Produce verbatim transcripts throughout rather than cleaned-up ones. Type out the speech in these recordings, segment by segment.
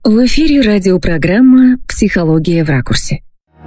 В эфире радиопрограмма «Психология в ракурсе».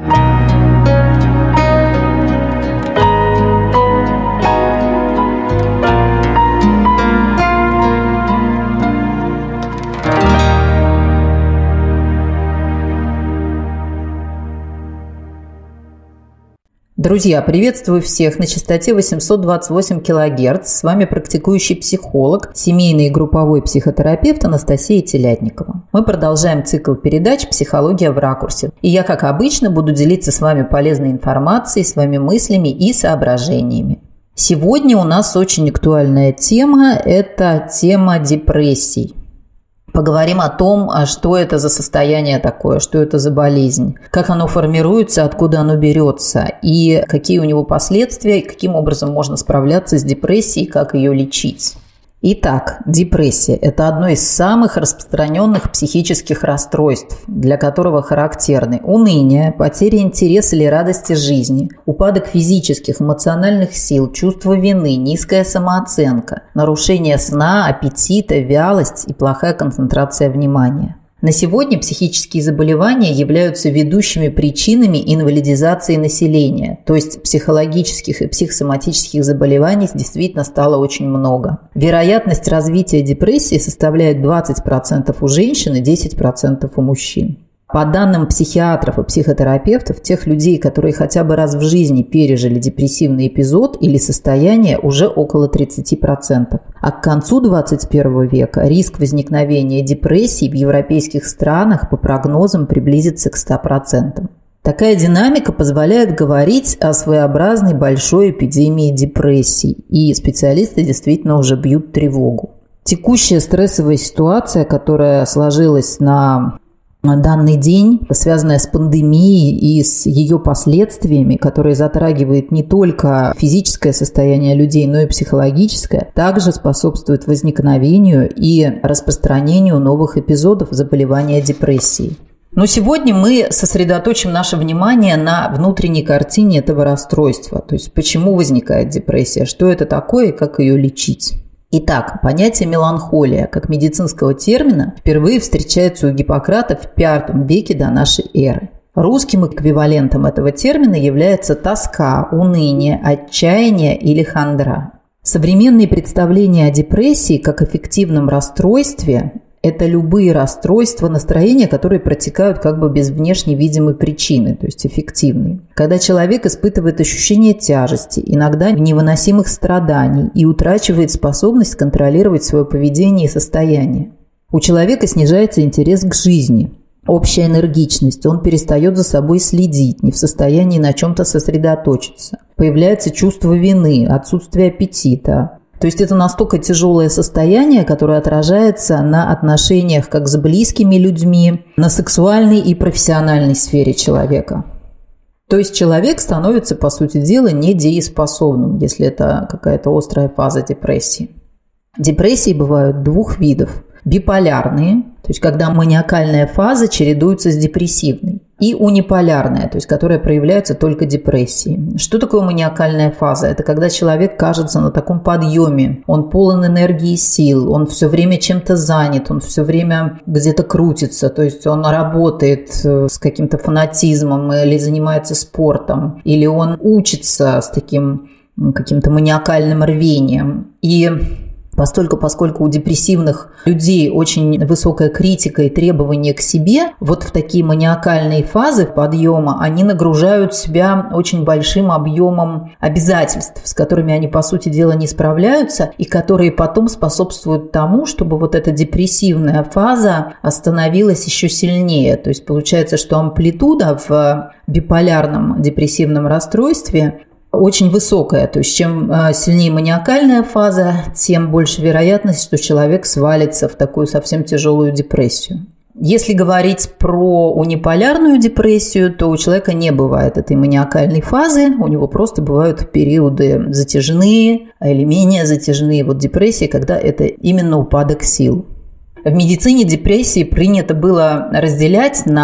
Друзья, приветствую всех на частоте восемьсот двадцать восемь килогерц. С вами практикующий психолог, семейный и групповой психотерапевт Анастасия Телятникова. Мы продолжаем цикл передач «Психология в ракурсе». И я, как обычно, буду делиться с вами полезной информацией, своими мыслями и соображениями. Сегодня у нас очень актуальная тема – это тема депрессий. Поговорим о том, что это за состояние такое, что это за болезнь, как оно формируется, откуда оно берется и какие у него последствия, и каким образом можно справляться с депрессией, как ее лечить. Итак, депрессия – это одно из самых распространенных психических расстройств, для которого характерны уныние, потеря интереса или радости жизни, упадок физических, эмоциональных сил, чувство вины, низкая самооценка, нарушение сна, аппетита, вялость и плохая концентрация внимания. На сегодня психические заболевания являются ведущими причинами инвалидизации населения, то есть психологических и психосоматических заболеваний действительно стало очень много. Вероятность развития депрессии составляет двадцать процентов у женщин и десять процентов у мужчин. По данным психиатров и психотерапевтов, тех людей, которые хотя бы раз в жизни пережили депрессивный эпизод или состояние, уже около тридцать процентов. А к концу двадцать первого века риск возникновения депрессии в европейских странах по прогнозам приблизится к ста процентам. Такая динамика позволяет говорить о своеобразной большой эпидемии депрессий, и специалисты действительно уже бьют тревогу. Текущая стрессовая ситуация, которая сложилась на На данный день, связанная с пандемией и с ее последствиями, которые затрагивают не только физическое состояние людей, но и психологическое, также способствует возникновению и распространению новых эпизодов заболевания депрессией. Но сегодня мы сосредоточим наше внимание на внутренней картине этого расстройства, то есть почему возникает депрессия, что это такое и как ее лечить. Итак, понятие меланхолия как медицинского термина впервые встречается у Гиппократа в пятом веке до нашей эры. Русским эквивалентом этого термина является тоска, уныние, отчаяние или хандра. Современные представления о депрессии как эффективном расстройстве – это любые расстройства настроения, которые протекают как бы без внешне видимой причины, то есть эффективные. Когда человек испытывает ощущение тяжести, иногда невыносимых страданий и утрачивает способность контролировать свое поведение и состояние. У человека снижается интерес к жизни, общая энергичность, он перестает за собой следить, не в состоянии на чем-то сосредоточиться. Появляется чувство вины, отсутствие аппетита. То есть это настолько тяжелое состояние, которое отражается на отношениях как с близкими людьми, на сексуальной и профессиональной сфере человека. То есть человек становится, по сути дела, недееспособным, если это какая-то острая фаза депрессии. Депрессии бывают двух видов. Биполярные, то есть когда маниакальная фаза чередуется с депрессивной, и униполярная, то есть которая проявляется только депрессией. Что такое маниакальная фаза? Это когда человек кажется на таком подъеме, он полон энергии и сил, он все время чем-то занят, он все время где-то крутится, то есть он работает с каким-то фанатизмом или занимается спортом, или он учится с таким каким-то маниакальным рвением. И Постольку, поскольку у депрессивных людей очень высокая критика и требования к себе, вот в такие маниакальные фазы подъема они нагружают себя очень большим объемом обязательств, с которыми они, по сути дела, не справляются, и которые потом способствуют тому, чтобы вот эта депрессивная фаза становилась еще сильнее. То есть получается, что амплитуда в биполярном депрессивном расстройстве очень высокая, то есть чем сильнее маниакальная фаза, тем больше вероятность, что человек свалится в такую совсем тяжелую депрессию. Если говорить про униполярную депрессию, то у человека не бывает этой маниакальной фазы, у него просто бывают периоды затяжные или менее затяжные. Вот депрессии, когда это именно упадок сил. В медицине депрессии принято было разделять на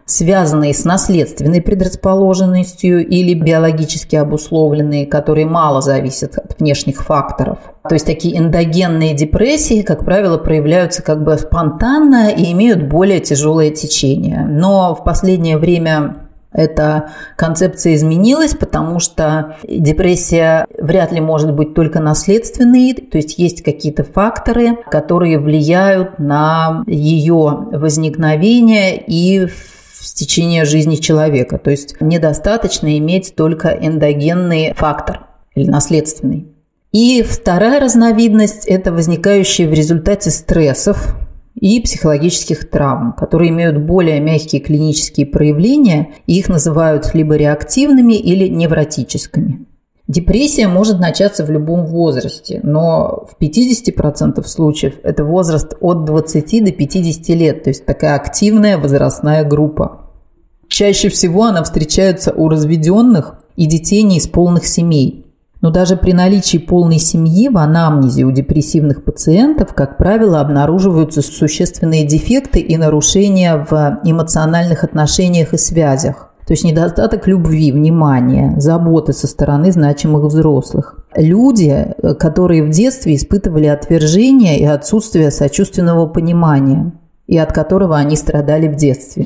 связанные с наследственной предрасположенностью или биологически обусловленные, которые мало зависят от внешних факторов. То есть такие эндогенные депрессии, как правило, проявляются как бы спонтанно и имеют более тяжелое течение. Но в последнее время эта концепция изменилась, потому что депрессия вряд ли может быть только наследственной, то есть есть какие-то факторы, которые влияют на ее возникновение и в течение жизни человека. То есть недостаточно иметь только эндогенный фактор или наследственный. И вторая разновидность – это возникающие в результате стрессов и психологических травм, которые имеют более мягкие клинические проявления, и их называют либо реактивными или невротическими. Депрессия может начаться в любом возрасте, но в пятидесяти процентах случаев это возраст от двадцати до пятидесяти лет, то есть такая активная возрастная группа. Чаще всего она встречается у разведенных и детей неисполненных семей. Но даже при наличии полной семьи в анамнезе у депрессивных пациентов, как правило, обнаруживаются существенные дефекты и нарушения в эмоциональных отношениях и связях. То есть недостаток любви, внимания, заботы со стороны значимых взрослых. Люди, которые в детстве испытывали отвержение и отсутствие сочувственного понимания, и от которого они страдали в детстве.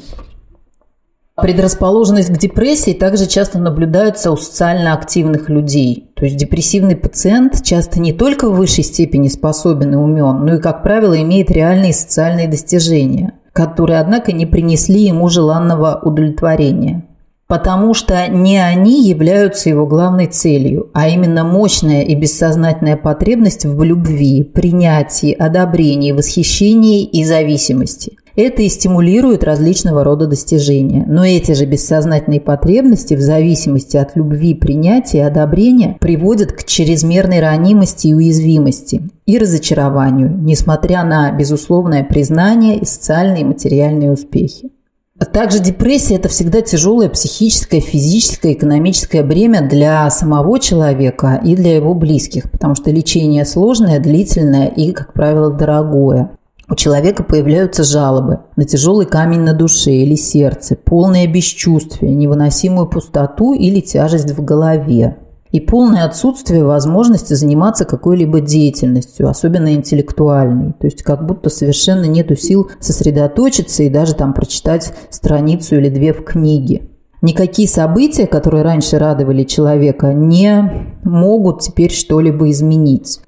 Предрасположенность к депрессии также часто наблюдается у социально активных людей. То есть депрессивный пациент часто не только в высшей степени способен и умен, но и, как правило, имеет реальные социальные достижения, которые, однако, не принесли ему желанного удовлетворения. Потому что не они являются его главной целью, а именно мощная и бессознательная потребность в любви, принятии, одобрении, восхищении и зависимости. Это и стимулирует различного рода достижения. Но эти же бессознательные потребности в зависимости от любви, принятия и одобрения приводят к чрезмерной ранимости и уязвимости и разочарованию, несмотря на безусловное признание и социальные и материальные успехи. Также депрессия – это всегда тяжелое психическое, физическое, экономическое бремя для самого человека и для его близких, потому что лечение сложное, длительное и, как правило, дорогое. У человека появляются жалобы на тяжелый камень на душе или сердце, полное бесчувствие, невыносимую пустоту или тяжесть в голове. И полное отсутствие возможности заниматься какой-либо деятельностью, особенно интеллектуальной. То есть как будто совершенно нету сил сосредоточиться и даже там прочитать страницу или две в книге. Никакие события, которые раньше радовали человека, не могут теперь что-либо изменить.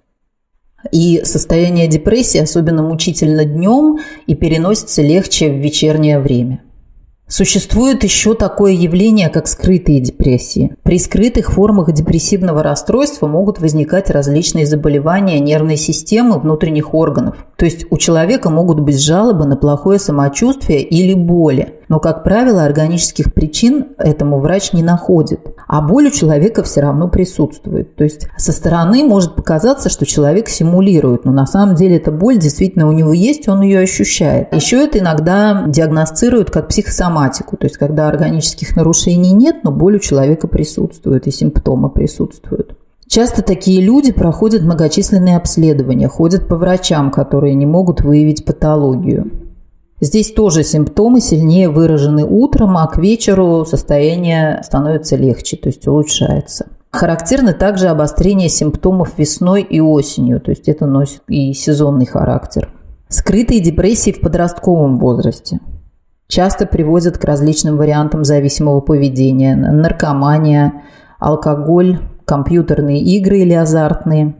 И состояние депрессии особенно мучительно днем и переносится легче в вечернее время. Существует еще такое явление, как скрытые депрессии. При скрытых формах депрессивного расстройства могут возникать различные заболевания нервной системы, внутренних органов. То есть у человека могут быть жалобы на плохое самочувствие или боли. Но, как правило, органических причин этому врач не находит. А боль у человека все равно присутствует. То есть со стороны может показаться, что человек симулирует, но на самом деле эта боль действительно у него есть, он ее ощущает. Еще это иногда диагностируют как психосоматику, то есть когда органических нарушений нет, но боль у человека присутствует и симптомы присутствуют. Часто такие люди проходят многочисленные обследования, ходят по врачам, которые не могут выявить патологию. Здесь тоже симптомы сильнее выражены утром, а к вечеру состояние становится легче, то есть улучшается. Характерно также обострение симптомов весной и осенью, то есть это носит и сезонный характер. Скрытые депрессии в подростковом возрасте часто приводят к различным вариантам зависимого поведения: наркомания, алкоголь, компьютерные игры или азартные.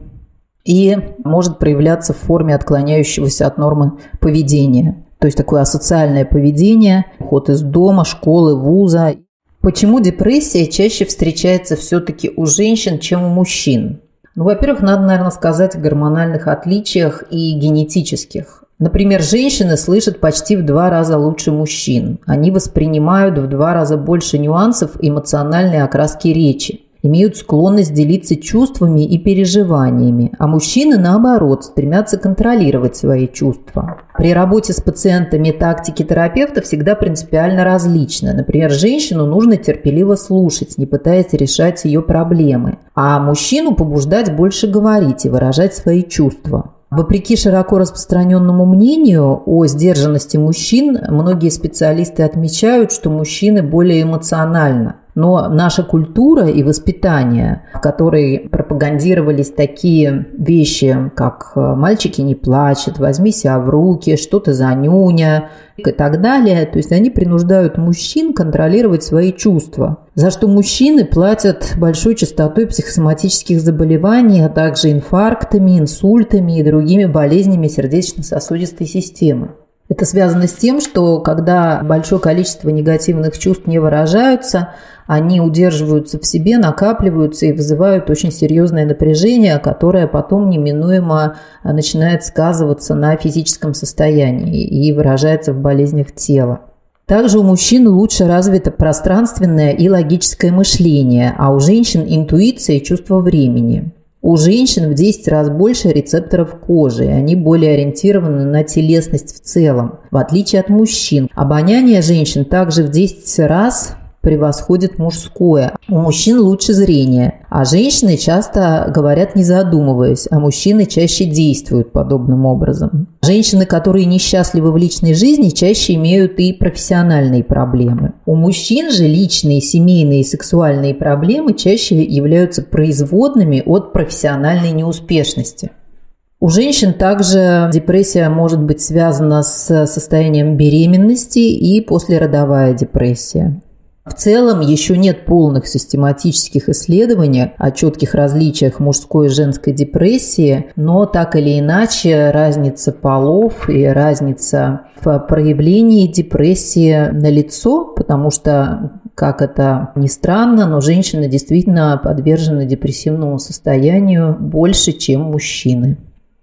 И может проявляться в форме отклоняющегося от нормы поведения. То есть такое асоциальное поведение, уход из дома, школы, вуза. Почему депрессия чаще встречается все-таки у женщин, чем у мужчин? Ну, во-первых, надо, наверное, сказать о гормональных отличиях и генетических. Например, женщины слышат почти в два раза лучше мужчин. Они воспринимают в два раза больше нюансов эмоциональной окраски речи, имеют склонность делиться чувствами и переживаниями, а мужчины, наоборот, стремятся контролировать свои чувства. При работе с пациентами тактики терапевта всегда принципиально различны. Например, женщину нужно терпеливо слушать, не пытаясь решать ее проблемы, а мужчину побуждать больше говорить и выражать свои чувства. Вопреки широко распространенному мнению о сдержанности мужчин, многие специалисты отмечают, что мужчины более эмоциональны. Но наша культура и воспитание, в которой пропагандировались такие вещи, как «мальчики не плачут», «возьми себя в руки», «что ты за нюня» и так далее, то есть они принуждают мужчин контролировать свои чувства, за что мужчины платят большой частотой психосоматических заболеваний, а также инфарктами, инсультами и другими болезнями сердечно-сосудистой системы. Это связано с тем, что когда большое количество негативных чувств не выражаются, они удерживаются в себе, накапливаются и вызывают очень серьезное напряжение, которое потом неминуемо начинает сказываться на физическом состоянии и выражается в болезнях тела. Также у мужчин лучше развито пространственное и логическое мышление, а у женщин интуиция и чувство времени. У женщин в десять раз больше рецепторов кожи, и они более ориентированы на телесность в целом, в отличие от мужчин. Обоняние женщин также в десять раз превосходит мужское. У мужчин лучше зрение, а женщины часто говорят не задумываясь, а мужчины чаще действуют подобным образом. Женщины, которые несчастливы в личной жизни, чаще имеют и профессиональные проблемы. У мужчин же личные, семейные и сексуальные проблемы чаще являются производными от профессиональной неуспешности. У женщин также депрессия может быть связана с состоянием беременности и послеродовая депрессия. В целом еще нет полных систематических исследований о четких различиях мужской и женской депрессии, но так или иначе разница полов и разница в проявлении депрессии налицо, потому что, как это ни странно, но женщины действительно подвержены депрессивному состоянию больше, чем мужчины.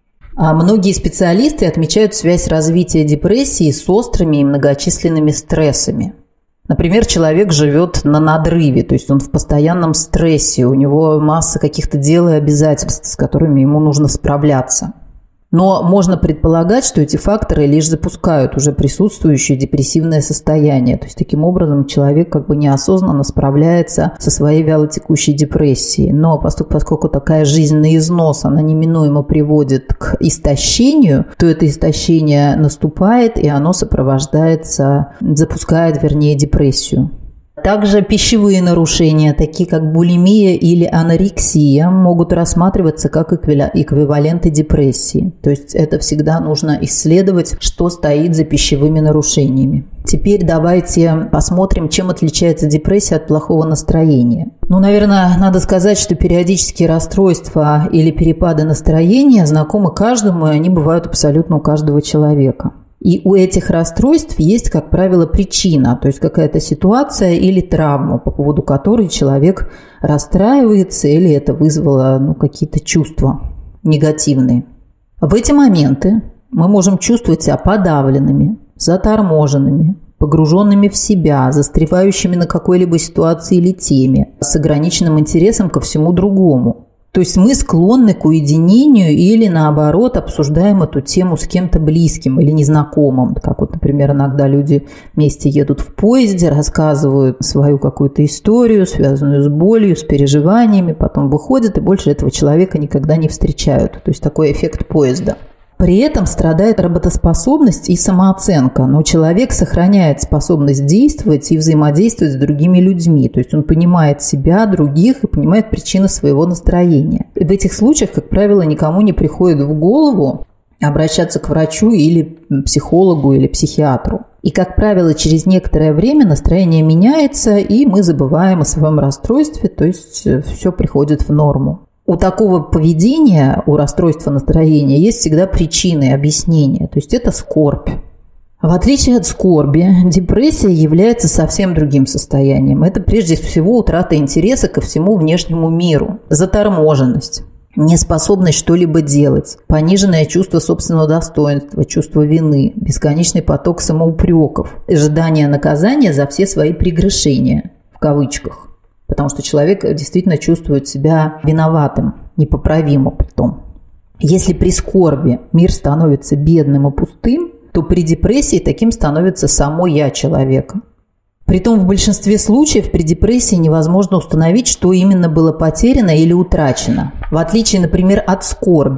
А многие специалисты отмечают связь развития депрессии с острыми и многочисленными стрессами. Например, человек живет на надрыве, то есть он в постоянном стрессе, у него масса каких-то дел и обязательств, с которыми ему нужно справляться. Но можно предполагать, что эти факторы лишь запускают уже присутствующее депрессивное состояние. То есть таким образом человек как бы неосознанно справляется со своей вялотекущей депрессией. Но поскольку, поскольку такая жизнь на износ, она неминуемо приводит к истощению, то это истощение наступает, и оно сопровождается, запускает, вернее, депрессию. Также пищевые нарушения, такие как булимия или анорексия, могут рассматриваться как эквиваленты депрессии. То есть это всегда нужно исследовать, что стоит за пищевыми нарушениями. Теперь давайте посмотрим, чем отличается депрессия от плохого настроения. Ну, наверное, надо сказать, что периодические расстройства или перепады настроения знакомы каждому, и они бывают абсолютно у каждого человека. И у этих расстройств есть, как правило, причина, то есть какая-то ситуация или травма, по поводу которой человек расстраивается или это вызвало ну, какие-то чувства негативные. В эти моменты мы можем чувствовать себя подавленными, заторможенными, погруженными в себя, застревающими на какой-либо ситуации или теме, с ограниченным интересом ко всему другому. То есть мы склонны к уединению или, наоборот, обсуждаем эту тему с кем-то близким или незнакомым. Как вот, например, иногда люди вместе едут в поезде, рассказывают свою какую-то историю, связанную с болью, с переживаниями, потом выходят и больше этого человека никогда не встречают. То есть такой эффект поезда. При этом страдает работоспособность и самооценка, но человек сохраняет способность действовать и взаимодействовать с другими людьми. То есть он понимает себя, других и понимает причины своего настроения. И в этих случаях, как правило, никому не приходит в голову обращаться к врачу или психологу или психиатру. И, как правило, через некоторое время настроение меняется, и мы забываем о своем расстройстве, то есть все приходит в норму. У такого поведения, у расстройства настроения есть всегда причины и объяснения, то есть это скорбь. В отличие от скорби, депрессия является совсем другим состоянием. Это прежде всего утрата интереса ко всему внешнему миру, заторможенность, неспособность что-либо делать, пониженное чувство собственного достоинства, чувство вины, бесконечный поток самоупреков, ожидание наказания за все свои прегрешения, в кавычках. Потому что человек действительно чувствует себя виноватым, непоправимо притом. Если при скорби мир становится бедным и пустым, то при депрессии таким становится само «я» человека. Притом в большинстве случаев при депрессии невозможно установить, что именно было потеряно или утрачено. В отличие, например, от скорби,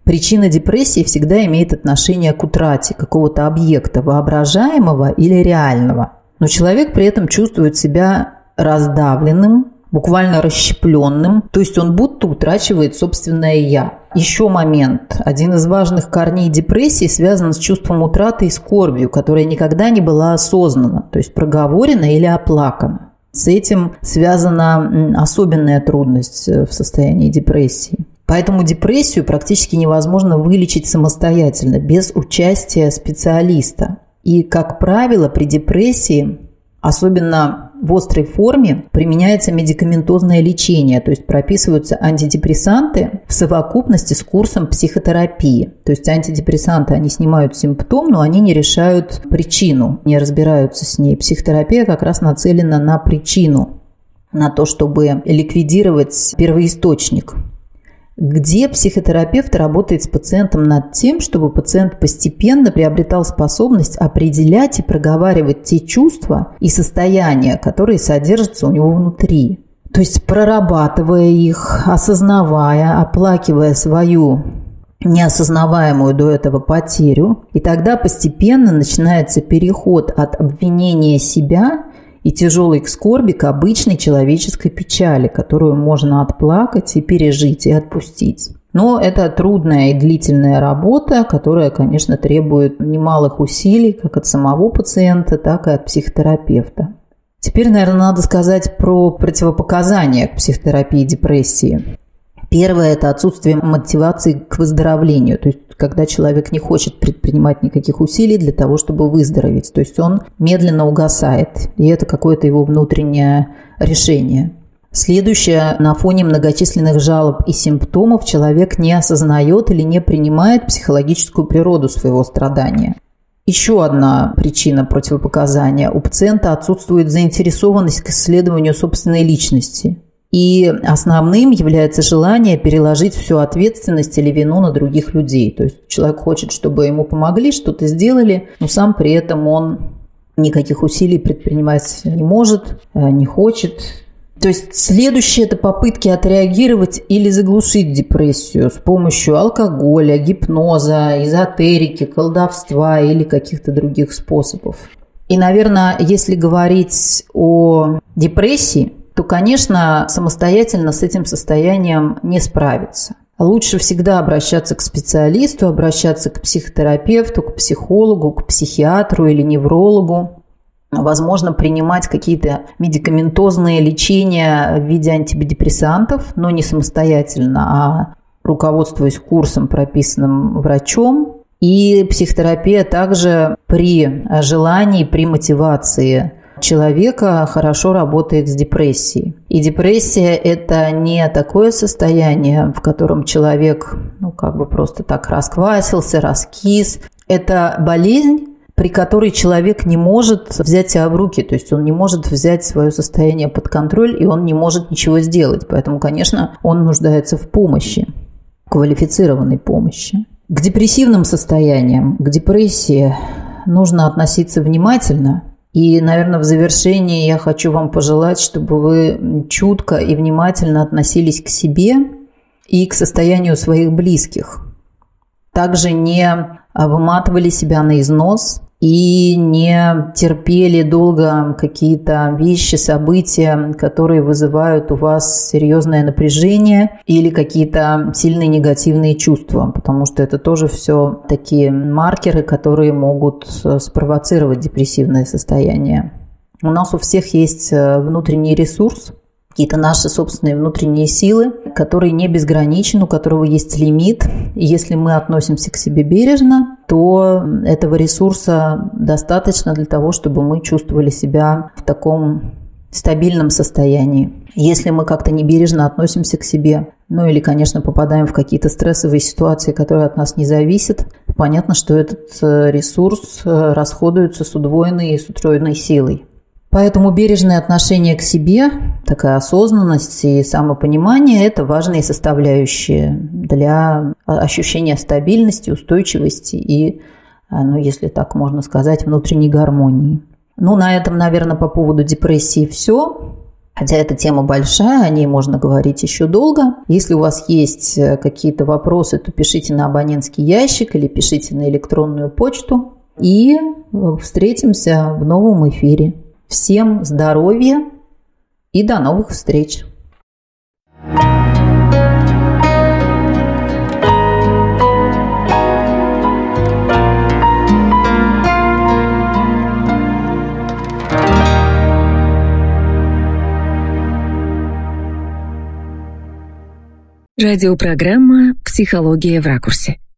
Причина депрессии всегда имеет отношение к утрате какого-то объекта, воображаемого или реального. Но человек при этом чувствует себя раздавленным, буквально расщепленным, то есть он будто утрачивает собственное «я». Еще момент. Один из важных корней депрессии связан с чувством утраты и скорбью, которая никогда не была осознана, то есть проговорена или оплакана. С этим связана особенная трудность в состоянии депрессии. Поэтому депрессию практически невозможно вылечить самостоятельно, без участия специалиста. И, как правило, при депрессии, особенно в острой форме, применяется медикаментозное лечение, то есть прописываются антидепрессанты в совокупности с курсом психотерапии. То есть антидепрессанты, они снимают симптом, но они не решают причину, не разбираются с ней. Психотерапия как раз нацелена на причину, на то, чтобы ликвидировать первоисточник. Где психотерапевт работает с пациентом над тем, чтобы пациент постепенно приобретал способность определять и проговаривать те чувства и состояния, которые содержатся у него внутри. То есть прорабатывая их, осознавая, оплакивая свою неосознаваемую до этого потерю. И тогда постепенно начинается переход от обвинения себя и тяжелой скорби к обычной человеческой печали, которую можно отплакать и пережить, и отпустить. Но это трудная и длительная работа, которая, конечно, требует немалых усилий как от самого пациента, так и от психотерапевта. Теперь, наверное, надо сказать про противопоказания к психотерапии депрессии. Первое – это отсутствие мотивации к выздоровлению, то есть когда человек не хочет предпринимать никаких усилий для того, чтобы выздороветь, то есть он медленно угасает, и это какое-то его внутреннее решение. Следующее – на фоне многочисленных жалоб и симптомов человек не осознает или не принимает психологическую природу своего страдания. Еще одна причина противопоказания – у пациента отсутствует заинтересованность к исследованию собственной личности. И основным является желание переложить всю ответственность или вину на других людей. То есть человек хочет, чтобы ему помогли, что-то сделали, но сам при этом он никаких усилий предпринимать не может, не хочет. То есть следующее – это попытки отреагировать или заглушить депрессию с помощью алкоголя, гипноза, эзотерики, колдовства или каких-то других способов. И, наверное, если говорить о депрессии, то, конечно, самостоятельно с этим состоянием не справиться. Лучше всегда обращаться к специалисту, обращаться к психотерапевту, к психологу, к психиатру или неврологу. Возможно, принимать какие-то медикаментозные лечения в виде антидепрессантов, но не самостоятельно, а руководствуясь курсом, прописанным врачом. И психотерапия также при желании, при мотивации человека хорошо работает с депрессией. И депрессия – это не такое состояние, в котором человек ну, как бы просто так расквасился, раскис. Это болезнь, при которой человек не может взять себя в руки, то есть он не может взять свое состояние под контроль, и он не может ничего сделать. Поэтому, конечно, он нуждается в помощи, квалифицированной помощи. К депрессивным состояниям, к депрессии нужно относиться внимательно. И, наверное, в завершении я хочу вам пожелать, чтобы вы чутко и внимательно относились к себе и к состоянию своих близких. Также не выматывали себя на износ и не терпели долго какие-то вещи, события, которые вызывают у вас серьезное напряжение или какие-то сильные негативные чувства, потому что это тоже все такие маркеры, которые могут спровоцировать депрессивное состояние. У нас у всех есть внутренний ресурс, какие-то наши собственные внутренние силы, которые не безграничны, у которого есть лимит. И если мы относимся к себе бережно, то этого ресурса достаточно для того, чтобы мы чувствовали себя в таком стабильном состоянии. Если мы как-то небережно относимся к себе, ну или, конечно, попадаем в какие-то стрессовые ситуации, которые от нас не зависят, понятно, что этот ресурс расходуется с удвоенной и с утроенной силой. Поэтому бережное отношение к себе, такая осознанность и самопонимание – это важные составляющие для ощущения стабильности, устойчивости и, ну, если так можно сказать, внутренней гармонии. Ну, на этом, наверное, по поводу депрессии все. Хотя эта тема большая, о ней можно говорить еще долго. Если у вас есть какие-то вопросы, то пишите на абонентский ящик или пишите на электронную почту. И встретимся в новом эфире. Всем здоровья и до новых встреч! Радиопрограмма «Психология в ракурсе».